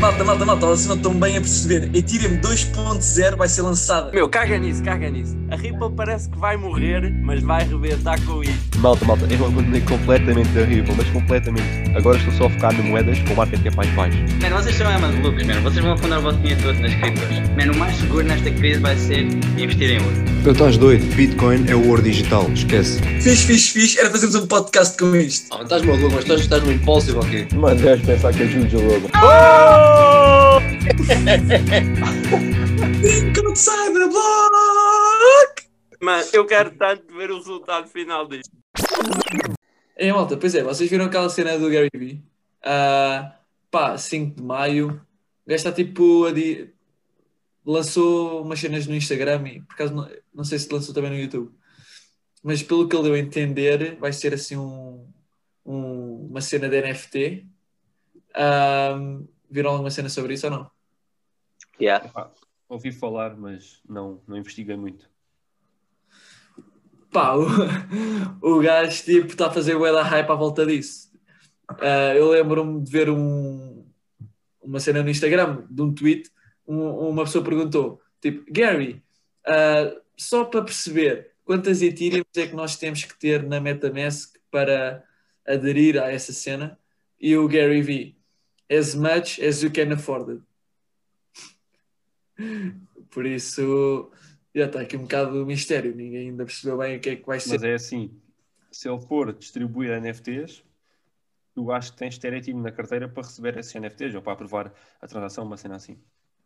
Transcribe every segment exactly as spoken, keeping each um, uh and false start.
malta, malta, malta, vocês não estão bem a perceber. Ethereum dois ponto zero vai ser lançada. Meu, caga nisso, caga nisso. A Ripple parece que vai morrer, mas vai rebentar com isto. Malta, malta, eu abandonei completamente a Ripple, mas completamente. Agora estou só a focar em moedas com market cap mais baixo. Mano, vocês são é malucos, mano. Vocês vão afundar o vosso dinheiro todo nas criptos. Mano, o mais seguro nesta crise vai ser investir em ouro. Eu estás doido? Bitcoin é o ouro digital, esquece. Fiz, fiz, fiz. Era fazermos um podcast com isto. Ah, estás maluco, mas estás, estás no impulsive ou quê? Mano, deves pensar que é Juju logo. Link de Cyberblock! Mano, eu quero tanto ver o resultado final disto. É, malta, pois é, vocês viram aquela cena do Gary Vee? Ah, pá, cinco de maio. O gajo está tipo a di... lançou umas cenas no Instagram e por acaso não, não sei se lançou também no YouTube. Mas pelo que ele deu a entender, vai ser assim um, um, uma cena de N F T. Um, viram alguma cena sobre isso ou não? Yeah. Epá, ouvi falar, mas não, não investiguei muito. Pá, o, o gajo tipo está a fazer bué da hype à volta disso. Uh, eu lembro-me de ver um, uma cena no Instagram de um tweet, um, uma pessoa perguntou, tipo, Gary, uh, só para perceber quantas Ethereum é que nós temos que ter na MetaMask para aderir a essa cena? E o Gary Vee, as much as you can afford it. Por isso, já está aqui um bocado do mistério. Ninguém ainda percebeu bem o que é que vai ser. Mas é assim, se ele for distribuir N F Ts, tu acho que tens de ter Ethereum na carteira para receber esses N F Ts ou para aprovar a transação, uma cena assim.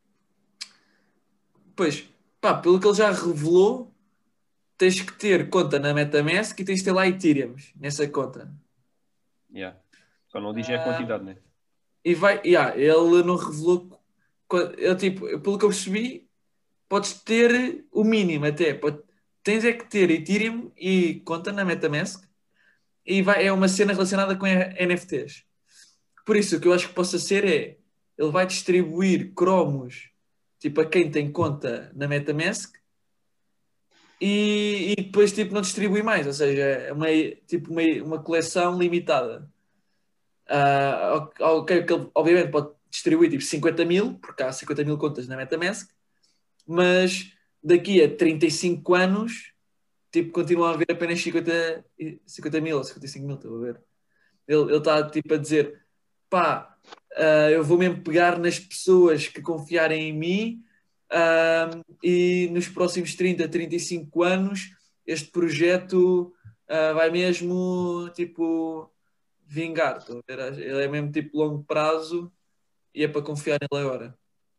Pois, pá, pelo que ele já revelou, tens que ter conta na MetaMask e tens de ter lá Ethereum nessa conta. Yeah. Só não diz é a quantidade, né? E vai, yeah, ele não revelou. Eu, tipo, pelo que eu percebi, podes ter o mínimo até. Pode, tens é que ter Ethereum e conta na MetaMask e vai, é uma cena relacionada com N F Ts. Por isso, o que eu acho que possa ser é ele vai distribuir cromos tipo a quem tem conta na MetaMask e, e depois tipo não distribui mais, ou seja, é uma, tipo, uma, uma coleção limitada. Uh, ok, que ele obviamente pode distribuir tipo cinquenta mil, porque há cinquenta mil contas na MetaMask, mas daqui a trinta e cinco anos tipo, continua a haver apenas cinquenta, cinquenta mil ou cinquenta e cinco mil, estou a ver. Ele está tipo a dizer, pá, uh, eu vou mesmo pegar nas pessoas que confiarem em mim uh, e nos próximos trinta, trinta e cinco anos este projeto uh, vai mesmo tipo vingar, estou a ver? Ele é mesmo tipo longo prazo e é para confiar nele agora.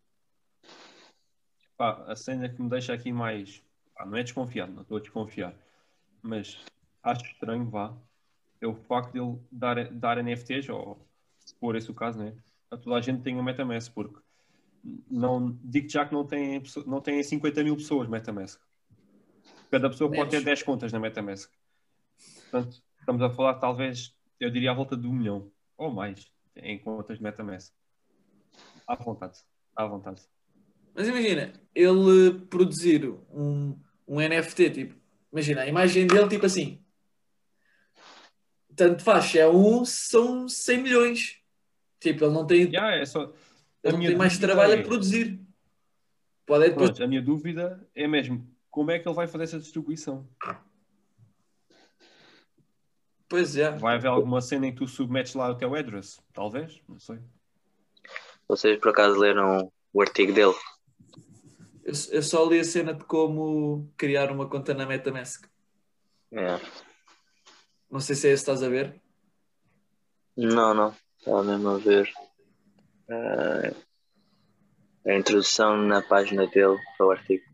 Pá, a cena que me deixa aqui mais... Pá, não é desconfiado, não estou a desconfiar. Mas acho estranho, vá, é o facto de ele dar, dar N F Ts, ou se for esse o caso, né? A toda a gente tem um MetaMask, porque não, digo já que não tem, não tem cinquenta mil pessoas MetaMask. Cada pessoa Menos. pode ter dez contas na MetaMask. Portanto, estamos a falar talvez, eu diria à volta de um milhão, ou mais, em contas de MetaMask. À vontade, à vontade. Mas imagina, ele produzir um, um N F T, tipo, imagina, a imagem dele, tipo assim, tanto faz, se é um, são cem milhões. Tipo, ele não tem, Yeah, é só... ele a não minha tem mais dúvida trabalho é... a produzir. Pode é depois... Pronto, a minha dúvida é mesmo, como é que ele vai fazer essa distribuição? Pois é. Vai haver alguma cena em que tu submetes lá o teu address? Talvez, não sei. Vocês por acaso leram o artigo dele? Eu, eu só li a cena de como criar uma conta na MetaMask. É. Não sei se é esse que estás a ver. Não, não. Estava mesmo a ver uh, a introdução na página dele para o artigo.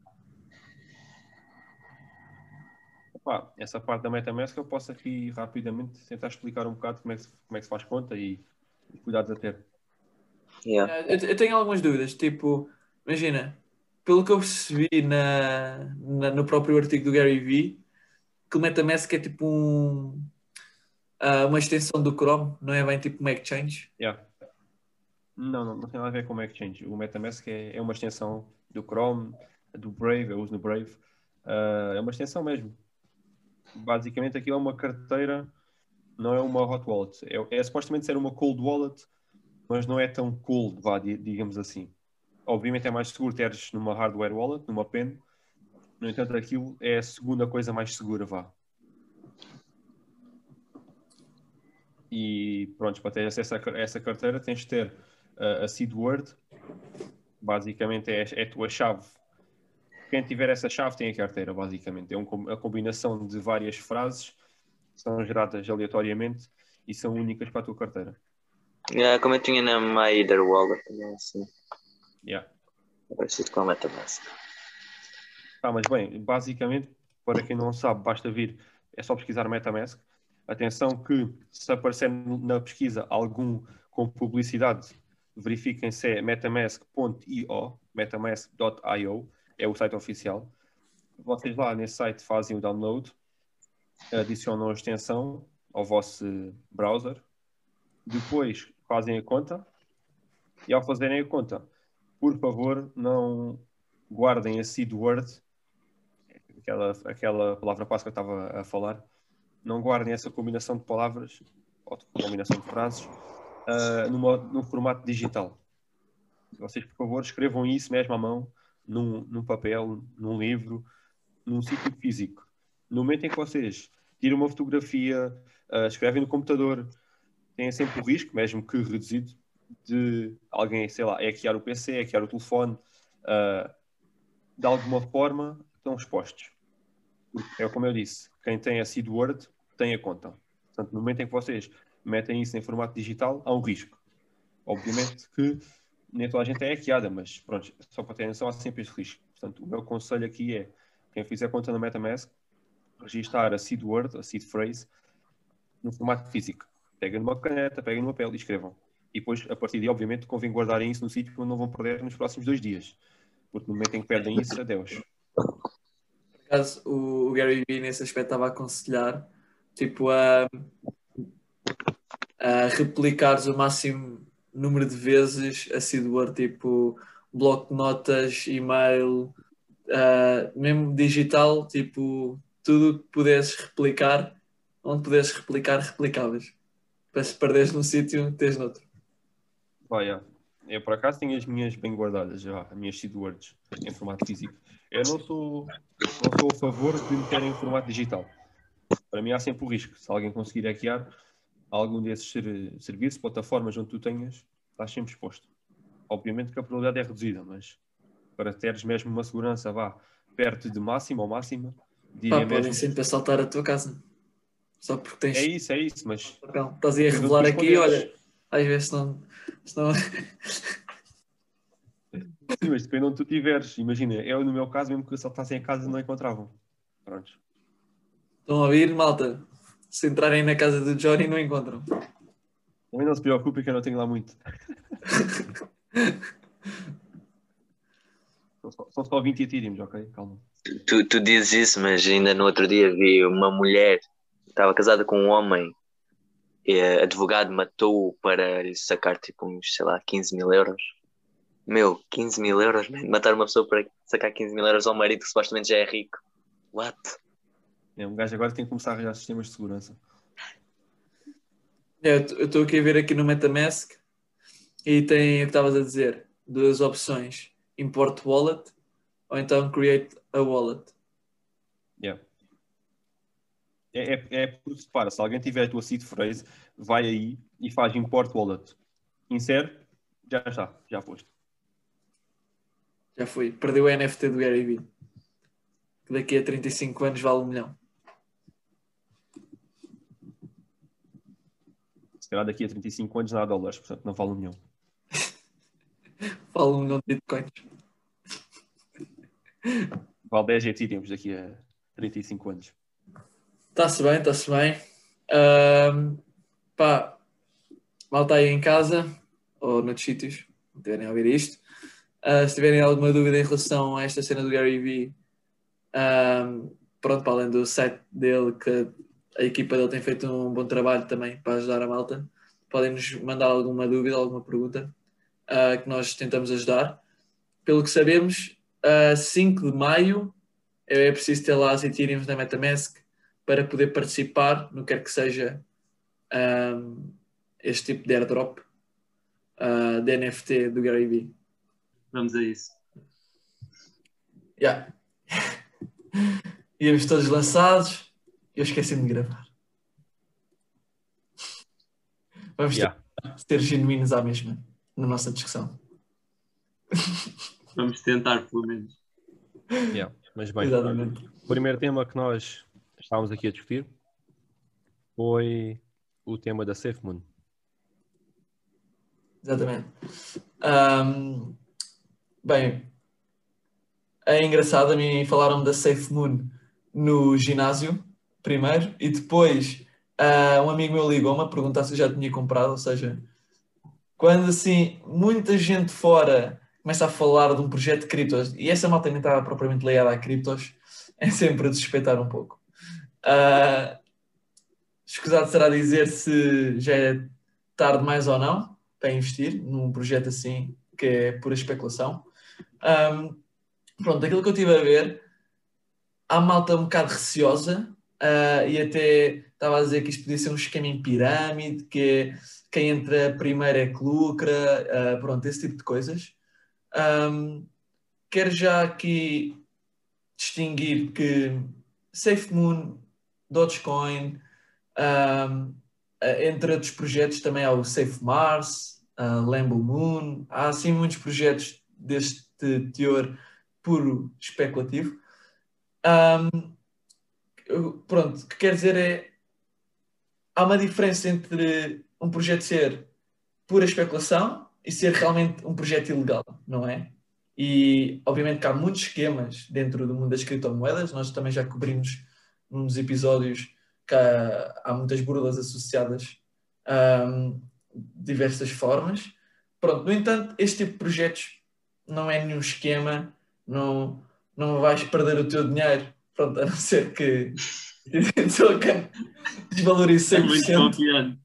Opa, essa parte da MetaMask eu posso aqui rapidamente tentar explicar um bocado como é que se, como é que se faz conta e os cuidados a ter. Yeah. Eu, eu tenho algumas dúvidas. Tipo, imagina, pelo que eu percebi na, na- no próprio artigo do Gary Vee, que o MetaMask é tipo um, ah, uma extensão do Chrome, não é bem tipo uma exchange. Yeah. Não, não, não tem nada a ver com o Exchange. O MetaMask é, é uma extensão do Chrome, do Brave, eu uso no Brave. Uh, é uma extensão mesmo. Basicamente aquilo é uma carteira, não é uma hot wallet. É, é supostamente ser uma cold wallet mas não é tão cold, vá, digamos assim. Obviamente é mais seguro teres numa hardware wallet, numa pen. No entanto, aquilo é a segunda coisa mais segura, vá. E pronto, para ter acesso a essa carteira tens de ter uh, a seed word. Basicamente é, é a tua chave. Quem tiver essa chave tem a carteira, basicamente. É um, a combinação de várias frases que são geradas aleatoriamente e são únicas para a tua carteira. Yeah, como eu tinha na MyEther Wallet, também assim. Yeah. Parecido com a MetaMask. Ah, mas bem, basicamente, para quem não sabe, basta vir, é só pesquisar MetaMask. Atenção que se aparecer na pesquisa algum com publicidade, verifiquem se é metamask ponto io, metamask ponto io, é o site oficial. Vocês lá nesse site fazem o download, adicionam a extensão ao vosso browser, depois fazem a conta e ao fazerem a conta, por favor, não guardem a seed word, aquela, aquela palavra passe que eu estava a falar, não guardem essa combinação de palavras ou de combinação de frases uh, numa, num formato digital. Vocês, por favor, escrevam isso mesmo à mão, num, num papel, num livro, num sítio físico. No momento em que vocês tiram uma fotografia, uh, escrevem no computador, têm sempre o risco, mesmo que reduzido, de alguém, sei lá, hackear o P C, hackear o telefone, uh, de alguma forma estão expostos. Porque, é como eu disse, quem tem a seed word tem a conta. Portanto, no momento em que vocês metem isso em formato digital, há um risco. Obviamente que nem toda a gente é hackeada, mas pronto, só para ter noção, há sempre esse risco. Portanto, o meu conselho aqui é, quem fizer conta na MetaMask, registrar a seed word, a seed phrase, no formato físico. Peguem numa caneta, peguem num papel e escrevam. E depois, a partir daí, obviamente, convém guardarem isso no sítio onde não vão perder nos próximos dois dias. Porque no momento em que perdem isso, adeus. Por acaso, o Gary Vee nesse aspecto estava a aconselhar, tipo, a, a replicares o máximo número de vezes a seed word, tipo, bloco de notas, e-mail, uh, mesmo digital, tipo, tudo que pudesses replicar, onde pudesses replicar, replicavas. Para se perderes num sítio, tens noutro. Oh, yeah. Eu, por acaso, tenho as minhas bem guardadas já, as minhas seed words em formato físico. Eu não sou, não sou a favor de meter em formato digital. Para mim há sempre o risco. Se alguém conseguir hackear algum desses ser, serviços, plataformas onde tu tenhas, estás sempre exposto. Obviamente que a probabilidade é reduzida, mas para teres mesmo uma segurança, vá, perto de máxima ou máxima, diria Pá, podem mesmo... sempre assaltar a tua casa. Só porque tens... É isso, é isso, mas... Então, estás aí a Mas revelar onde tu aqui, esconderes. olha, às vezes se não... Se não... Sim, mas depende onde tu estiveres. Imagina, eu no meu caso, mesmo que assaltassem a casa, não encontravam. Pronto. Estão a ouvir, malta? Se entrarem na casa do Johnny, não encontram. Também não se preocupe que eu não tenho lá muito. São só, são só vinte Ethereums, ok? Calma. Tu, tu dizes isso, mas ainda no outro dia vi uma mulher que estava casada com um homem e a advogado matou-o para lhe sacar tipo uns, sei lá, quinze mil euros. Meu, quinze mil euros? Man. Matar uma pessoa para sacar quinze mil euros ao marido que supostamente já é rico. What? É, um gajo agora tem que começar a arranjar sistemas de segurança. É, eu estou aqui a ver aqui no MetaMask e tem o que estavas a dizer, duas opções, import wallet ou então create a wallet. Yeah. É, é, é porque, repara, se alguém tiver a tua seed phrase, vai aí e faz import wallet. Insere, já está, já foste. Já foi, perdeu o N F T do Gary Vee, que daqui a trinta e cinco anos vale um milhão. Se calhar daqui a trinta e cinco anos não há dólares, portanto não vale um milhão. Vale um milhão de bitcoins. Vale dez Ethereums daqui a trinta e cinco anos. Está-se bem, está-se bem. Um, pá, malta aí em casa ou noutros sítios, não tiverem a ouvir isto. Uh, se tiverem alguma dúvida em relação a esta cena do Gary Vee, um, pronto, para além do site dele, que a equipa dele tem feito um bom trabalho também para ajudar a malta, podem nos mandar alguma dúvida, alguma pergunta, uh, que nós tentamos ajudar. Pelo que sabemos, a uh, cinco de maio é preciso ter lá as Ethereum na MetaMask para poder participar no que quer que seja um, este tipo de airdrop. uh, da N F T do Gary Vee. Vamos a isso. Yeah. Íamos todos lançados e eu esqueci-me de gravar. Vamos Yeah. ter, ser genuínos à mesma na nossa discussão. Vamos tentar, pelo menos. Yeah. Mas bem, Exatamente. o primeiro tema que nós estávamos aqui a discutir foi o tema da Safe Moon. Exatamente. Um, bem, é engraçado, a mim falaram da Safe Moon no ginásio primeiro e depois uh, um amigo meu ligou-me a perguntar se eu já tinha comprado, ou seja, quando assim muita gente fora começa a falar de um projeto de criptos e essa malta nem estava propriamente ligada a criptos, é sempre a suspeitar um pouco. Uh, escusado será dizer se já é tarde mais ou não para investir num projeto assim que é pura especulação. Um, pronto, aquilo que eu estive a ver, há malta um bocado receosa uh, e até estava a dizer que isto podia ser um esquema em pirâmide, que é, quem entra primeiro é que lucra, uh, pronto, esse tipo de coisas. Um, quero já aqui distinguir que SafeMoon, Dogecoin, um, entre outros projetos também há o Safe Mars, uh, Lambo Moon, há assim muitos projetos deste teor puro especulativo. Um, eu, pronto, o que quer dizer é há uma diferença entre um projeto ser pura especulação e ser realmente um projeto ilegal, não é? E obviamente que há muitos esquemas dentro do mundo das criptomoedas, nós também já cobrimos num dos episódios que há, há muitas burlas associadas um, de diversas formas. Pronto, no entanto, este tipo de projetos não é nenhum esquema, não, não vais perder o teu dinheiro, pronto, a não ser que desvalorize cem por cento. É muito confiante.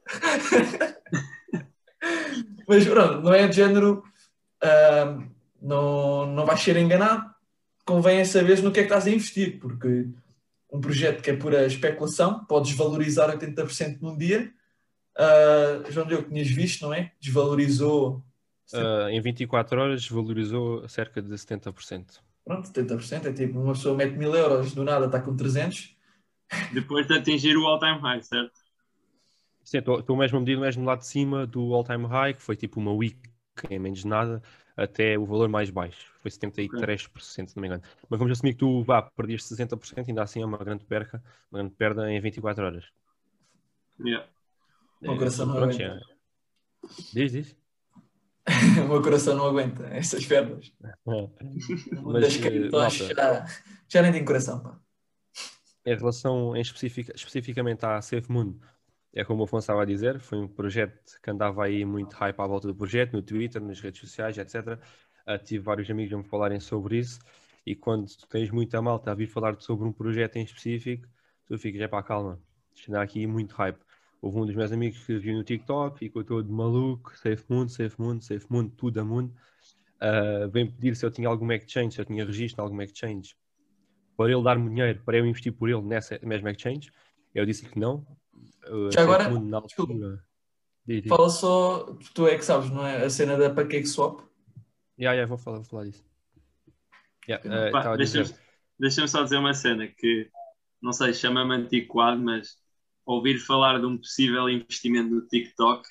Mas pronto, não é de género, uh, não, não vais ser enganado, convém saber no que é que estás a investir, porque um projeto que é pura especulação pode desvalorizar oitenta por cento num dia. Uh, João Diogo, tinhas visto, não é? Desvalorizou... Uh, em vinte e quatro horas valorizou cerca de setenta por cento. Pronto, setenta por cento é tipo, uma pessoa mete mil euros, do nada está com trezentos. Depois de atingir o all-time high, certo? Sim, estou mesmo medido mesmo lá de cima do all-time high, que foi tipo uma week em menos de nada, até o valor mais baixo. Foi setenta e três por cento, se não me engano. Mas vamos assumir que tu vá, perdeste sessenta por cento, ainda assim é uma grande perca, uma grande perda em vinte e quatro horas. Yeah. O meu coração não Pronto, aguenta. é. Diz, diz. O meu coração não aguenta essas perdas. Mas, Das eh, criptos malta, já, já nem tem coração, pá. em relação em especific, especificamente à SafeMoon, é como o Afonso estava a dizer, foi um projeto que andava aí muito hype à volta do projeto, no Twitter, nas redes sociais, etcétera. Uh, tive vários amigos a me falarem sobre isso, e quando tu tens muita malta a vir falar sobre um projeto em específico, tu ficas, é pá, calma, isto anda aqui muito hype. Houve um dos meus amigos que viu no TikTok, ficou todo maluco, SafeMoon, SafeMoon, SafeMoon, tudo a Moon. Uh, vem pedir se eu tinha alguma exchange, se eu tinha registro em alguma exchange, para ele dar-me dinheiro, para eu investir por ele nessa mesma exchange. Eu disse que não. Uh, Já agora, SafeMoon, na desculpa, altura, diz, diz. fala só, tu é que sabes, não é? A cena da PancakeSwap. Yeah, yeah, vou falar, vou falar disso. Yeah, uh, Pá, estava a deixa-me dizer. deixa-me só dizer uma cena que, não sei, chama-me antiquado, mas ouvir falar de um possível investimento no TikTok,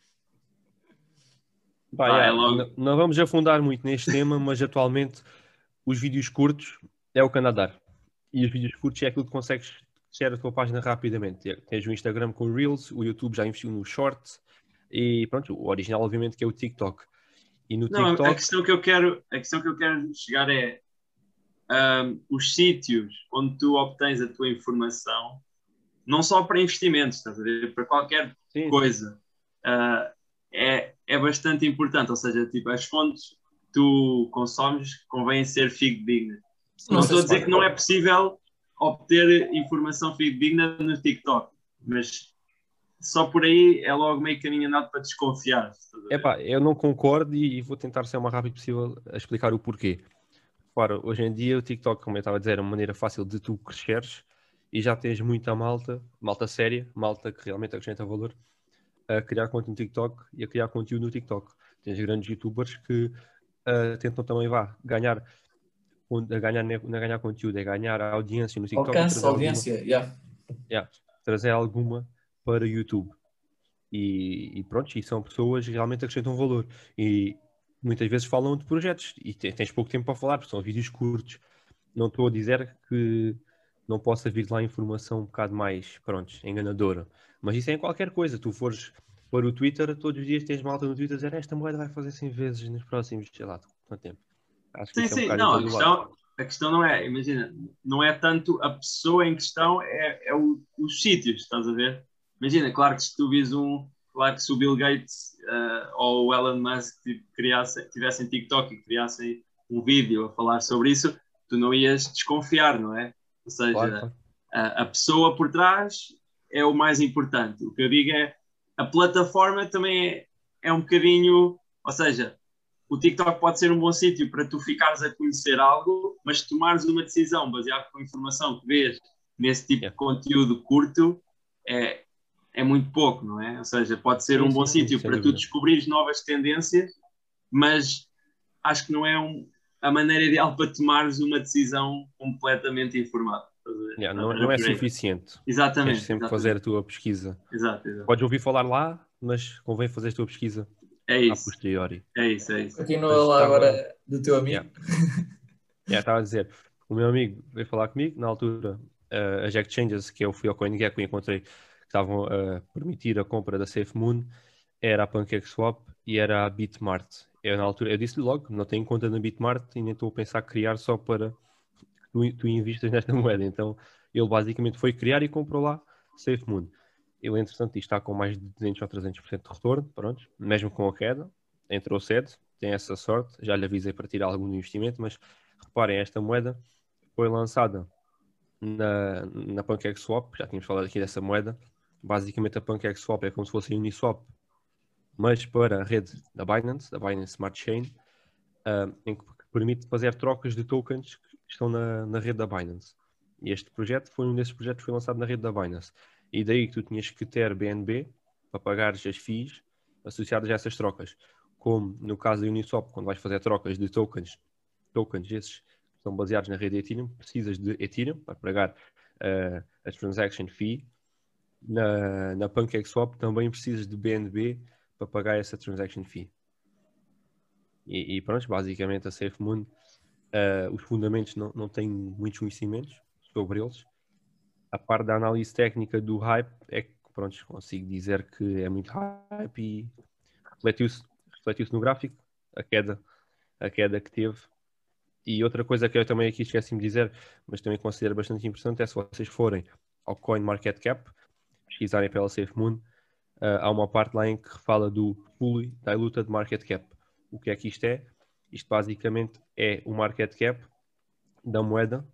Pá, pá, yeah, é logo... n- não vamos afundar muito neste tema, mas atualmente os vídeos curtos é o que anda a dar. E os vídeos curtos é aquilo que consegues crescer a tua página rapidamente. Tens o Instagram com Reels, o YouTube já investiu no Shorts e pronto, o original obviamente que é o TikTok. E no Não, a TikTok, questão que eu quero, a questão que eu quero chegar é um, os sítios onde tu obtens a tua informação, não só para investimentos, estás a ver? Para qualquer sim, coisa, uh, é, é bastante importante. Ou seja, tipo, as fontes que tu consomes convém ser fidedignas. Não, Não estou sei a se dizer pode. que não é possível obter informação fidedigna no TikTok, mas só por aí é logo meio caminho andado para desconfiar. estás a ver? epá, eu não concordo e, e vou tentar ser o mais rápido possível a explicar o porquê. Claro, hoje em dia o TikTok, como eu estava a dizer, é uma maneira fácil de tu cresceres e já tens muita malta, malta séria, malta que realmente acrescenta valor, a criar conteúdo no TikTok e a criar conteúdo no TikTok. Tens grandes youtubers que uh, tentam também vá, ganhar, a ganhar, não é ganhar conteúdo, é ganhar a audiência no TikTok. Alcance, e trazer audiência, alguma, yeah. yeah, trazer alguma para YouTube. E, e pronto, e são pessoas que realmente acrescentam valor. E muitas vezes falam de projetos e tens pouco tempo para falar, porque são vídeos curtos. Não estou a dizer que não possa vir lá informação um bocado mais, pronto, enganadora. Mas isso é em qualquer coisa. Tu fores para o Twitter, todos os dias tens malta no Twitter a dizer esta moeda vai fazer cem vezes nos próximos, sei lá, quanto tempo. Acho que Sim, isso é um sim, bocado não, em a todo o lado. questão, a questão não é, imagina, não é tanto a pessoa em questão, é, é o, os sítios, estás a ver? Imagina, claro que se tu vis um, claro que se o Bill Gates uh, ou o Elon Musk tipo, criasse, tivessem TikTok e criassem um vídeo a falar sobre isso, tu não ias desconfiar, não é? Ou seja, Claro, claro. A, a pessoa por trás é o mais importante. O que eu digo é, a plataforma também é, é um bocadinho, ou seja, o TikTok pode ser um bom sítio para tu ficares a conhecer algo, mas tomares uma decisão baseada com a informação que vês nesse tipo Yeah. de conteúdo curto é, é muito pouco, não é? Ou seja, pode ser Sim, um bom sim, sítio sem para tu dúvida. descobrires novas tendências, mas acho que não é um, a maneira ideal para tomares uma decisão completamente informada. Estás a ver? Yeah, não, não é por aí. suficiente. Exatamente. Tens sempre exatamente. que fazer a tua pesquisa. Exato, exato. Podes ouvir falar lá, mas convém fazer a tua pesquisa É a isso. posteriori. É isso, é isso. Continua Mas lá estava- agora do teu amigo. Yeah. Yeah, estava a dizer, o meu amigo veio falar comigo, na altura, uh, as exchanges que eu fui ao CoinGecko e encontrei que estavam a permitir a compra da SafeMoon, era a PancakeSwap e era a Bitmart. Eu, na altura, eu disse-lhe logo, não tenho conta na Bitmart e nem estou a pensar criar só para que tu, tu investas nesta moeda. Então, ele basicamente foi criar e comprou lá SafeMoon. Ele, entretanto, está com mais de duzentos ou trezentos por cento de retorno, pronto, mesmo com a queda, entrou cedo, tem essa sorte, já lhe avisei para tirar algum investimento, mas reparem, esta moeda foi lançada na, na PancakeSwap, já tínhamos falado aqui dessa moeda. Basicamente a PancakeSwap é como se fosse a Uniswap, mas para a rede da Binance, da Binance Smart Chain, uh, em que permite fazer trocas de tokens que estão na, na rede da Binance. E este projeto foi um desses projetos que foi lançado na rede da Binance. E daí que tu tinhas que ter B N B para pagares as fees associadas a essas trocas. Como no caso da Uniswap, quando vais fazer trocas de tokens, tokens esses que estão baseados na rede Ethereum, precisas de Ethereum para pagar uh, a transaction fee. Na, na PancakeSwap também precisas de B N B para pagar essa transaction fee. E, e pronto, basicamente a SafeMoon, uh, os fundamentos não, não têm muitos conhecimentos sobre eles. A parte da análise técnica do hype é que, pronto, consigo dizer que é muito hype e refletiu-se, refletiu-se no gráfico, a queda, a queda que teve. E outra coisa que eu também aqui esqueci-me de dizer, mas também considero bastante importante, é se vocês forem ao CoinMarketCap, pesquisarem pela SafeMoon, uh, há uma parte lá em que fala do Fully Diluted Market Cap. O que é que isto é? Isto basicamente é o market cap da moeda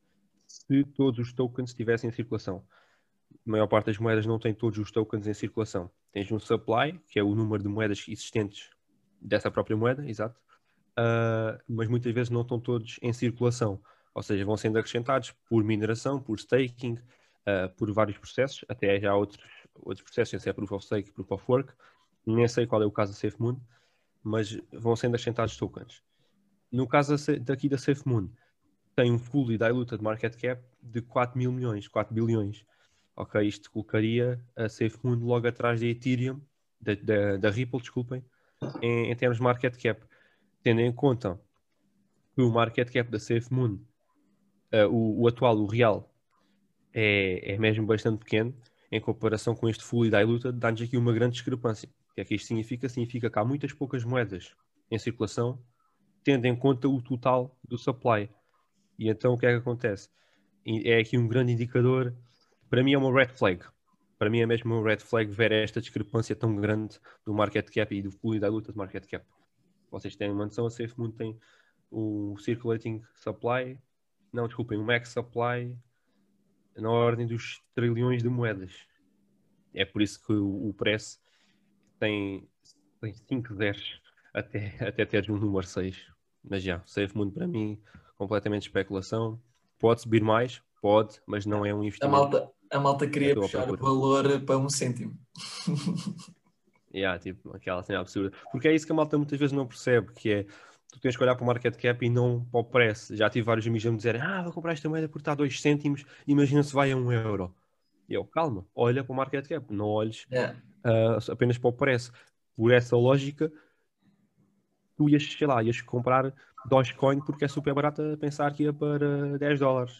se todos os tokens estivessem em circulação. A maior parte das moedas não tem todos os tokens em circulação. Tens um supply, que é o número de moedas existentes dessa própria moeda, exato, uh, mas muitas vezes não estão todos em circulação. Ou seja, vão sendo acrescentados por mineração, por staking, uh, por vários processos, até já há outros, outros processos, se é Proof of Stake, Proof of Work. Nem sei qual é o caso da SafeMoon, mas vão sendo acrescentados tokens. No caso daqui da SafeMoon, tem um fully diluted market cap de quatro mil milhões, quatro bilhões. Ok, isto colocaria a SafeMoon logo atrás da Ethereum, da, da, da Ripple, desculpem, em, em termos de market cap. Tendo em conta que o market cap da SafeMoon, uh, o, o atual, o real, é, é mesmo bastante pequeno, em comparação com este fully diluted, dá-nos aqui uma grande discrepância. O que é que isto significa? Significa que há muitas poucas moedas em circulação, tendo em conta o total do supply. E então o que é que acontece? É aqui um grande indicador, para mim é uma red flag. Para mim é mesmo uma red flag ver esta discrepância tão grande do market cap e do fully diluted market cap. Vocês têm uma noção, a SafeMoon tem um circulating supply, não, desculpem, um max supply na ordem dos trilhões de moedas. É por isso que o, o preço tem, tem cinco zeros até, até teres um número seis. Mas já, SafeMoon para mim, completamente especulação. Pode subir mais? Pode, mas não é um A investimento. malta, a malta queria Estou à puxar o procura. valor para um cêntimo. Yeah, tipo, aquela cena absurda. Porque é isso que a malta muitas vezes não percebe, que é, tu tens que olhar para o market cap e não para o preço. Já tive vários amigos a me dizerem, ah, vou comprar esta moeda porque está a dois cêntimos, imagina se vai a um euro. E eu, calma, olha para o market cap, não olhes Yeah. uh, apenas para o preço. Por essa lógica, tu ias, sei lá, ias comprar Dogecoin porque é super barata a pensar que ia para dez dólares.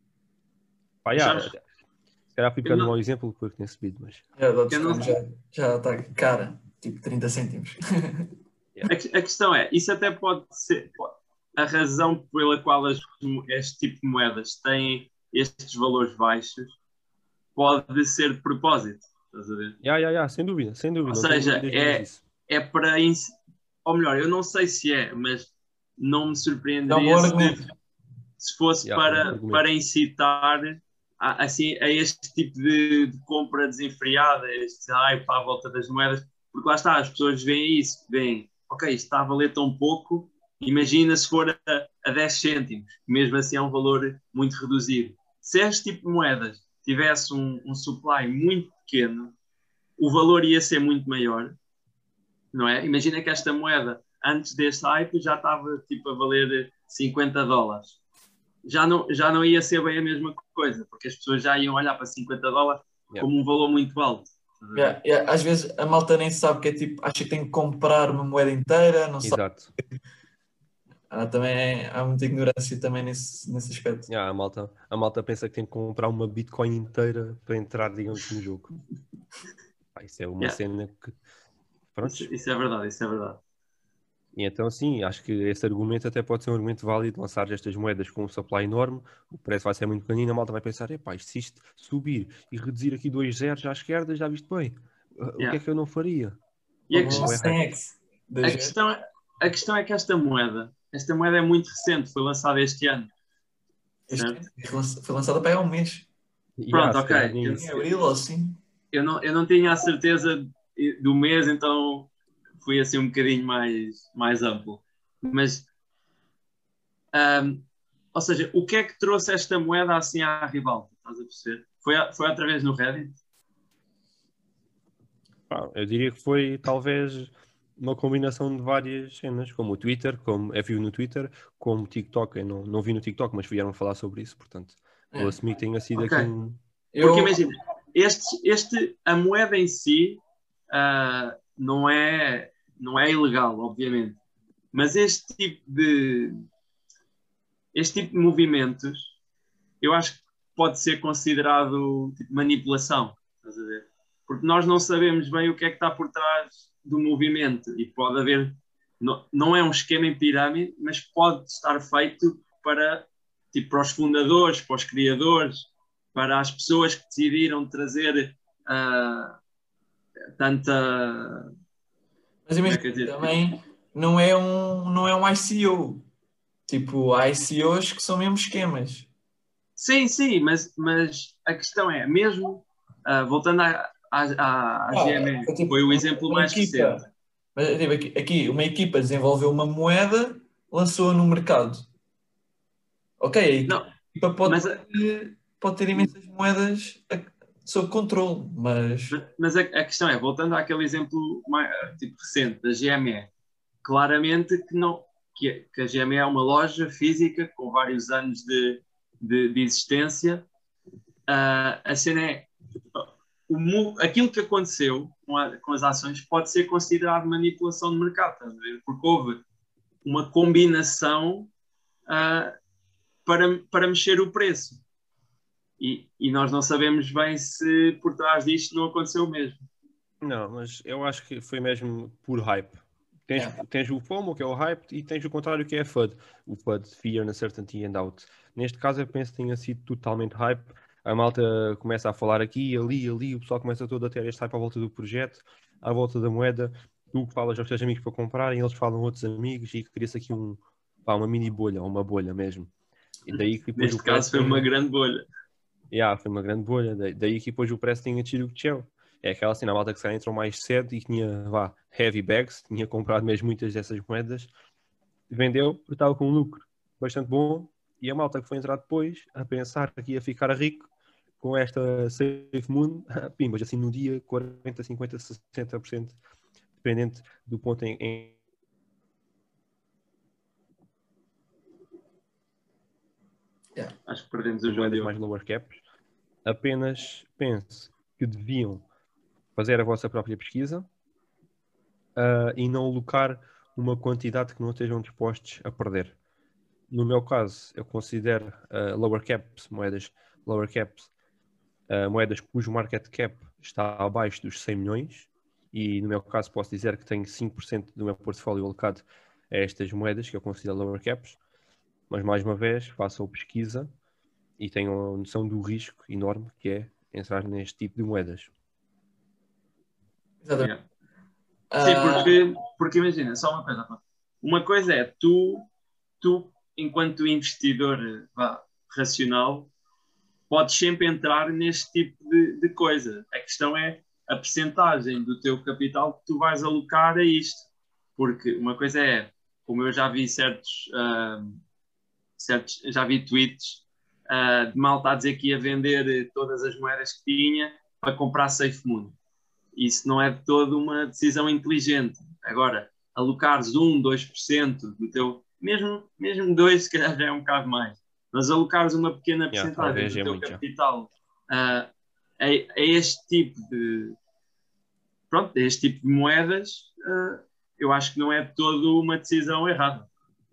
Pá, Mas yeah, sabes, se calhar fui eu ficando um não- mau exemplo porque tem subido, mas... Yeah, eu Dogecoin não- já, já está cara, tipo trinta cêntimos. A, que- a questão é, isso até pode ser pode- a razão pela qual as mo- este tipo de moedas têm estes valores baixos pode ser de propósito, estás a ver? Yeah, yeah, yeah, sem dúvida, sem dúvida, Ou não tenho seja, dúvidas nenhumas é, disso. é para, ins- ou melhor, eu não sei se é, mas não me É um surpreenderia bom se, argumento. se fosse Yeah, é um para, argumento. para incitar a, assim, a este tipo de, de compra desenfreada, este hype à volta das moedas, porque lá está, as pessoas veem isso, veem, ok, isto está a valer tão pouco, imagina se for a, a dez cêntimos, mesmo assim é um valor muito reduzido. Se este tipo de moedas tivesse um, um supply muito pequeno, o valor ia ser muito maior, não é? Imagina que esta moeda, antes deste hype, já estava tipo a valer cinquenta dólares. Já não, já não ia ser bem a mesma coisa, porque as pessoas já iam olhar para cinquenta dólares Yeah. como um valor muito alto. Yeah, yeah. Às vezes a malta nem sabe que é tipo, acha que tem que comprar uma moeda inteira, não sabe. Exato. Ah, também há muita ignorância também nesse, nesse aspecto. Yeah, a, malta, a malta pensa que tem que comprar uma Bitcoin inteira para entrar, digamos, no jogo. Pá, isso é uma Yeah. cena que... Pronto. Isso, isso é verdade, isso é verdade. E então, sim, acho que esse argumento até pode ser um argumento válido, lançar estas moedas com um supply enorme, o preço vai ser muito pequenino, a malta vai pensar, epá, se isto subir e reduzir aqui dois zeros à esquerda, já viste bem. Uh, O que Yeah. é que eu não faria? E a Como questão, um Não é cem hype. x a, questão, é- a questão é que esta moeda, esta moeda é muito recente, foi lançada este ano. Este Certo? ano foi lança- foi lançada para aí há um mês. Yeah, Pronto, se calhar ok. nem Eu- isso. Em abril ou assim. Eu não, eu não tinha a certeza do mês, então fui assim um bocadinho mais, mais amplo. Mas, ahm, ou seja, o que é que trouxe esta moeda assim à ribalta? Estás a perceber? Foi, a- foi através do Reddit? Pá, eu diria que foi talvez uma combinação de várias cenas, como o Twitter, como é viu no Twitter, como o TikTok. Eu não, não vi no TikTok, mas vieram falar sobre isso, portanto, vou É. assumir que tenha sido Ok. aqui um. Eu, Porque imagina, este, este, a moeda em si ah, não, é, não é ilegal, obviamente. Mas este tipo de este tipo de movimentos eu acho que pode ser considerado tipo, manipulação, estás a ver? Porque nós não sabemos bem o que é que está por trás do movimento e pode haver, não, não é um esquema em pirâmide, mas pode estar feito para, tipo, para os fundadores, para os criadores, para as pessoas que decidiram trazer uh, tanta... mas como é que eu imagina, dizer? também não é um, não é um I C O. Tipo, há I C Os que são mesmo esquemas. Sim, sim, mas, mas a questão é, mesmo uh, voltando à, à, à, à G M E, é tipo foi o exemplo uma mais equipa. recente. Mas, tipo, aqui, aqui, uma equipa desenvolveu uma moeda, lançou-a no mercado. Ok, a Não, equipa pode, mas, ter, pode ter imensas moedas a- sob controle, mas mas a, a questão é, voltando àquele exemplo mais, tipo, recente da G M E, claramente que, não, que, que a G M E é uma loja física com vários anos de, de, de existência. Uh, a cena é, o, aquilo que aconteceu com, a, com as ações pode ser considerado manipulação de mercado, estás a ver? Porque houve uma combinação uh, para, para mexer o preço. E, e nós não sabemos bem se por trás disto não aconteceu o mesmo. Não, mas eu acho que foi mesmo por hype. Tens, Yeah. tens o FOMO, que é o hype, e tens o contrário, que é a F U D. O F U D, Fear, Uncertainty and Doubt. Neste caso, eu penso que tenha sido totalmente hype. A malta começa a falar aqui, ali, ali, o pessoal começa todo a ter este hype à volta do projeto, à volta da moeda. Tu que falas aos teus amigos para comprarem, eles falam a outros amigos, e cria-se aqui um, pá, uma mini bolha, uma bolha mesmo. E daí que depois Neste o caso foi preço uma tenha- grande bolha. Yeah, foi uma grande bolha. Daí, daí que depois o preço tinha descido o que desceu. É aquela cena, a malta que se calhar entrou mais cedo e que tinha, vá, heavy bags, tinha comprado mesmo muitas dessas moedas, vendeu porque estava com um lucro bastante bom, e a malta que foi entrar depois a pensar que ia ficar rico com esta Safe Moon, pimbas, assim no dia, quarenta, cinquenta, sessenta por cento dependente do ponto em, em Yeah. Acho que perdemos o João moedas Diogo. mais lower caps, apenas penso que deviam fazer a vossa própria pesquisa uh, e não alocar uma quantidade que não estejam dispostos a perder. No meu caso, eu considero uh, lower caps, moedas lower caps, uh, moedas cujo market cap está abaixo dos cem milhões, e no meu caso posso dizer que tenho cinco por cento do meu portfólio alocado a estas moedas que eu considero lower caps, mas mais uma vez façam pesquisa e tenham a noção do risco enorme que é entrar neste tipo de moedas. Exatamente. Yeah. Sim, Ah, porque, porque imagina, só uma coisa. pá. Uma coisa é tu, tu enquanto investidor vá, racional, podes sempre entrar neste tipo de, de coisa. A questão é a percentagem do teu capital que tu vais alocar a isto. Porque uma coisa é, como eu já vi certos, uh, certos já vi tweets uh, de malta a dizer que ia vender todas as moedas que tinha para comprar SafeMoon. Isso não é de todo uma decisão inteligente. Agora, alocares um, dois por cento do teu, mesmo, mesmo dois, se calhar já é um bocado mais, mas alocares uma pequena Yeah, porcentagem talvez do é teu muito já. capital uh, a, a este tipo de pronto, a este tipo de moedas, uh, eu acho que não é de todo uma decisão errada.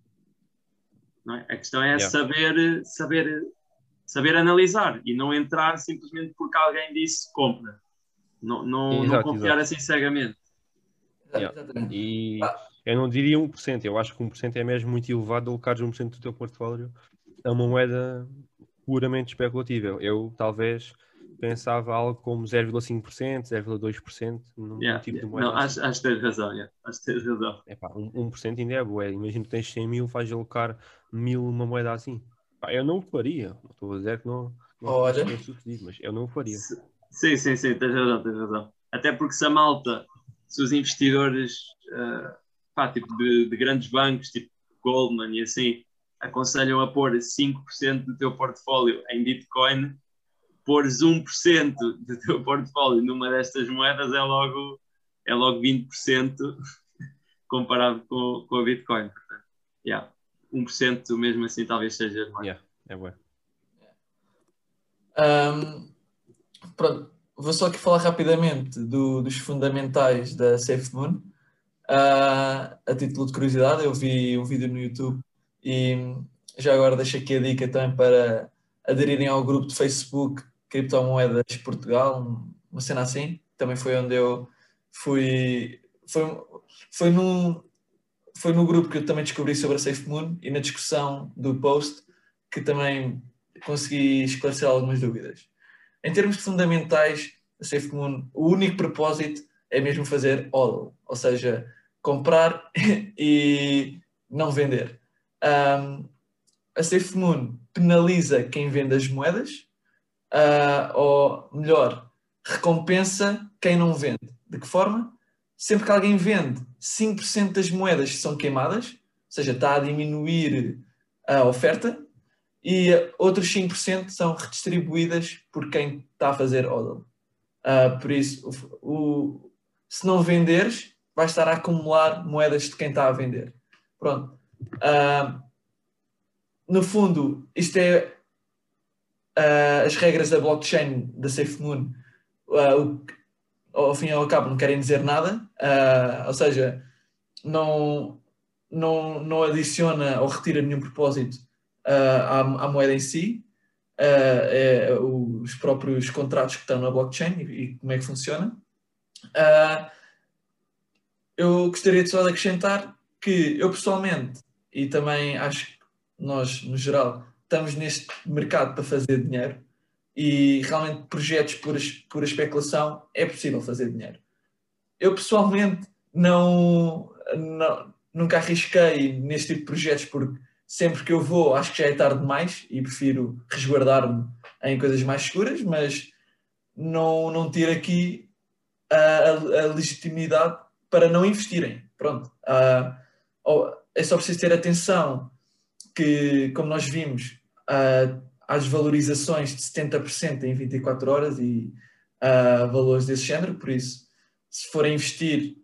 Não é? A questão é Yeah. saber, saber, saber analisar e não entrar simplesmente porque alguém disse compra. Não, não, não Exato, confiar exato. assim cegamente. Yeah. exatamente. E Ah. eu não diria um por cento, eu acho que um por cento é mesmo muito elevado alocares um por cento do teu portfólio a uma moeda puramente especulativa. Eu talvez pensava algo como zero vírgula cinco por cento, zero vírgula dois por cento num, Yeah, num tipo yeah. de moeda Não, assim. acho, acho que tens razão. Yeah. Acho que tens razão. Epá, um, um por cento ainda é bué. Imagina que tens cem mil, vais alocar mil uma moeda assim. Pá, eu não o faria. Não estou a dizer que não, não fosse Olha, bem sucedido, mas eu não o faria. Se- Sim, sim, sim, tens razão, tens razão. Até porque se a malta, se os investidores uh, pá, tipo de, de grandes bancos, tipo Goldman e assim, aconselham a pôr cinco por cento do teu portfólio em Bitcoin, pôres um por cento do teu portfólio numa destas moedas é logo, é logo vinte por cento comparado com, com a Bitcoin. Portanto, yeah, um por cento mesmo assim talvez seja demais. Yeah, é bué. Um, pronto, vou só aqui falar rapidamente do, dos fundamentais da SafeMoon. Uh, a título de curiosidade, eu vi um vídeo no YouTube e já agora deixo aqui a dica também para aderirem ao grupo de Facebook Criptomoedas Portugal, uma cena assim. Também foi onde eu fui. Foi, foi, no, foi no grupo que eu também descobri sobre a SafeMoon e na discussão do post que também consegui esclarecer algumas dúvidas. Em termos de fundamentais, a SafeMoon, o único propósito é mesmo fazer hodl, ou seja, comprar e não vender. Um, a SafeMoon penaliza quem vende as moedas, uh, ou melhor, recompensa quem não vende. De que forma? Sempre que alguém vende, cinco por cento das moedas são queimadas, ou seja, está a diminuir a oferta, e outros cinco por cento são redistribuídas por quem está a fazer hodl. Uh, por isso, o, o, se não venderes, vais estar a acumular moedas de quem está a vender. Pronto. Uh, no fundo, isto é uh, as regras da blockchain da SafeMoon. Uh, ao fim e ao cabo, não querem dizer nada. Uh, ou seja, não, não, não adiciona ou retira nenhum propósito uh, à, à moeda em si. Uh, é, os próprios contratos que estão na blockchain e, e como é que funciona. Uh, eu gostaria de só de acrescentar que eu pessoalmente, e também acho que nós, no geral, estamos neste mercado para fazer dinheiro e realmente projetos por, por especulação é possível fazer dinheiro. Eu pessoalmente não, não, nunca arrisquei neste tipo de projetos porque sempre que eu vou acho que já é tarde demais e prefiro resguardar-me em coisas mais seguras, mas não, não ter aqui a, a, a legitimidade para não investirem. Pronto. Uh, é só preciso ter atenção que, como nós vimos, uh, às valorizações de setenta por cento em vinte e quatro horas e uh, valores desse género, por isso, se forem investir,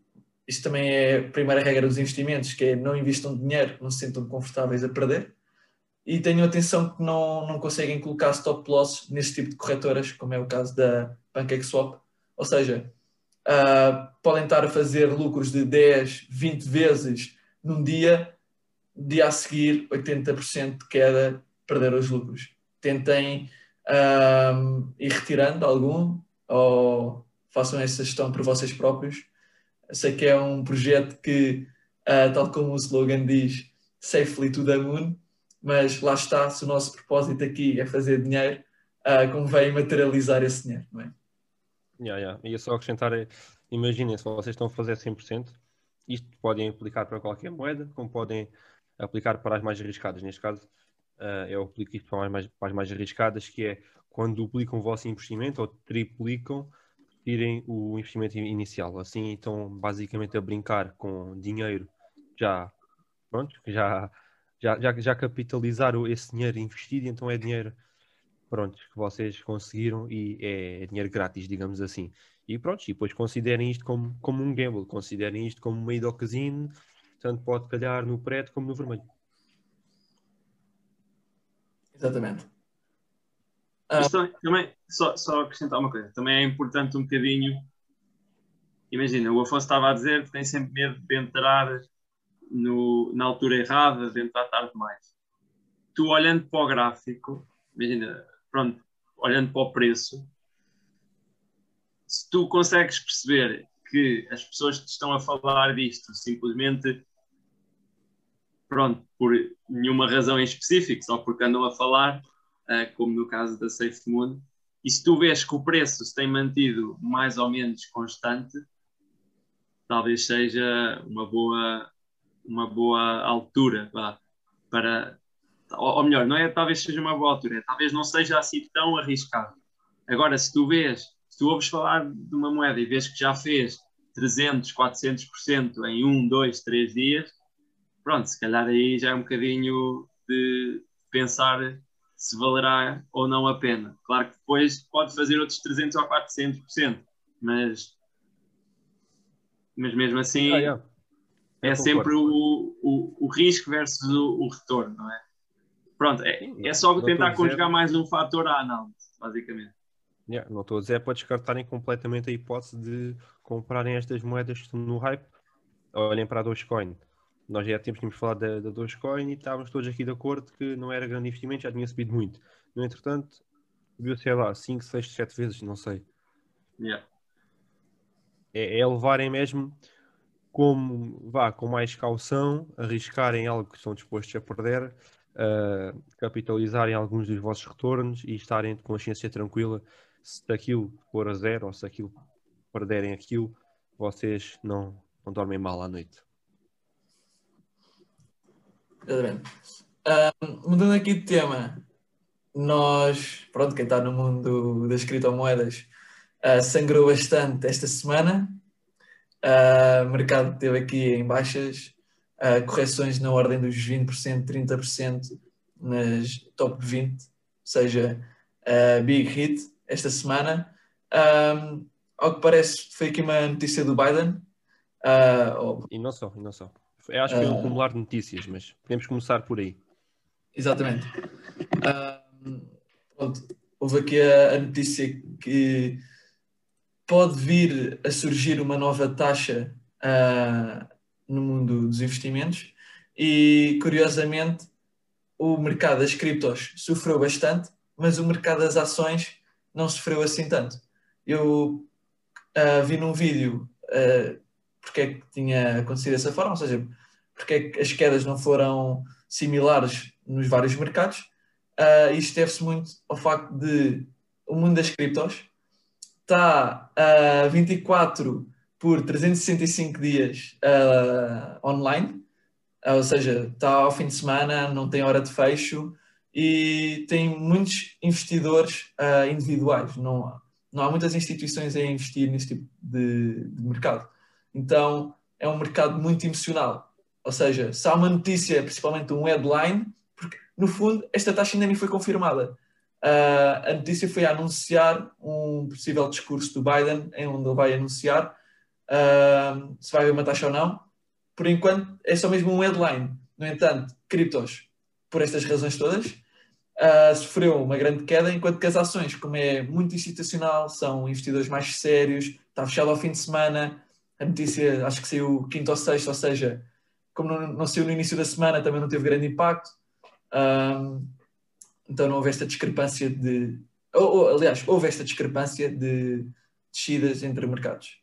isto também é a primeira regra dos investimentos, que é não investam dinheiro que não se sintam confortáveis a perder. E tenham atenção que não, não conseguem colocar stop loss nesse tipo de corretoras, como é o caso da PancakeSwap. Ou seja, uh, podem estar a fazer lucros de dez, vinte vezes num dia, dia a seguir, oitenta por cento de queda, perder os lucros. Tentem uh, ir retirando algum, ou façam essa gestão por vocês próprios. Eu sei que é um projeto que, uh, tal como o slogan diz, safely to the moon, mas lá está, se o nosso propósito aqui é fazer dinheiro, uh, convém materializar esse dinheiro, não é? Yeah, yeah. E é só acrescentar, é, imaginem, se vocês estão a fazer cem por cento, isto podem aplicar para qualquer moeda, como podem aplicar para as mais arriscadas. Neste caso, uh, eu aplico isto para as, mais, para as mais arriscadas, que é quando duplicam o vosso investimento ou triplicam, tirem o investimento inicial. Assim, estão basicamente a brincar com dinheiro já, pronto, já... Já, já, já capitalizaram esse dinheiro investido, então é dinheiro, pronto, que vocês conseguiram e é dinheiro grátis, digamos assim. E pronto, e depois considerem isto como, como um gamble, considerem isto como uma ida ao casino, tanto pode calhar no preto como no vermelho. Exatamente. Mas também, também só, só acrescentar uma coisa, também é importante um bocadinho, imagina, o Afonso estava a dizer que tem sempre medo de entrar No, na altura errada, de entrar tarde demais. Tu olhando para o gráfico, imagina, pronto, olhando para o preço, se tu consegues perceber que as pessoas que estão a falar disto simplesmente, pronto, por nenhuma razão em específico, só porque andam a falar, uh, como no caso da SafeMoon, e se tu vês que o preço se tem mantido mais ou menos constante, talvez seja uma boa uma boa altura vá, para, ou, ou melhor, não é talvez seja uma boa altura, é, talvez não seja assim tão arriscado. Agora, se tu vês, se tu ouves falar de uma moeda e vês que já fez trezentos, quatrocentos por cento em um, dois, três dias, pronto, se calhar aí já é um bocadinho de pensar se valerá ou não a pena. Claro que depois pode fazer outros trezentos ou quatrocentos por cento, mas, mas mesmo assim... Ah, yeah. É sempre o, o, o risco versus o, o retorno, não é? Pronto, é, é só tentar conjugar mais um fator à análise, basicamente. Yeah, não estou a dizer para descartarem completamente a hipótese de comprarem estas moedas que estão no hype. Olhem para a Dogecoin. Nós já temos, tínhamos falado da, da Dogecoin e estávamos todos aqui de acordo que não era grande investimento, já tinha subido muito. No entretanto, viu, sei lá, cinco, seis, sete vezes, não sei. Yeah. É, é levarem mesmo... como, vá, com mais caução, arriscarem algo que estão dispostos a perder, uh, capitalizarem alguns dos vossos retornos e estarem de consciência tranquila se aquilo for a zero ou se aquilo perderem aquilo, vocês não, não dormem mal à noite. Exatamente. Uh, mudando aqui de tema, nós, pronto, quem está no mundo das criptomoedas uh, sangrou bastante esta semana. Uh, o mercado teve aqui em baixas, uh, correções na ordem dos vinte por cento, trinta por cento nas top vinte, ou seja, uh, big hit esta semana. Um, ao que parece, foi aqui uma notícia do Biden. Uh, ou, e não só, e não só. Eu acho que foi um acumular de notícias, mas podemos começar por aí. Exatamente. Uh, pronto, houve aqui a, a notícia que pode vir a surgir uma nova taxa uh, no mundo dos investimentos e, curiosamente, o mercado das criptos sofreu bastante, mas o mercado das ações não sofreu assim tanto. Eu uh, vi num vídeo uh, porque é que tinha acontecido dessa forma, ou seja, porque é que as quedas não foram similares nos vários mercados. Uh, isto deve-se muito ao facto de o mundo das criptos está a uh, vinte e quatro por trezentos e sessenta e cinco dias uh, online, uh, ou seja, está ao fim de semana, não tem hora de fecho e tem muitos investidores uh, individuais, não há, não há muitas instituições a investir neste tipo de, de mercado. Então é um mercado muito emocional, ou seja, se há uma notícia, principalmente um headline, porque no fundo esta taxa ainda nem foi confirmada. Uh, a notícia foi a anunciar um possível discurso do Biden, em onde ele vai anunciar uh, se vai haver uma taxa ou não. Por enquanto, é só mesmo um headline. No entanto, criptos, por estas razões todas, uh, sofreu uma grande queda, enquanto que as ações, como é muito institucional, são investidores mais sérios, está fechado ao fim de semana, a notícia acho que saiu quinta ou sexta, ou seja, como não, não saiu no início da semana, também não teve grande impacto. Um, então não houve esta discrepância de... Ou, ou, aliás, houve esta discrepância de descidas entre mercados.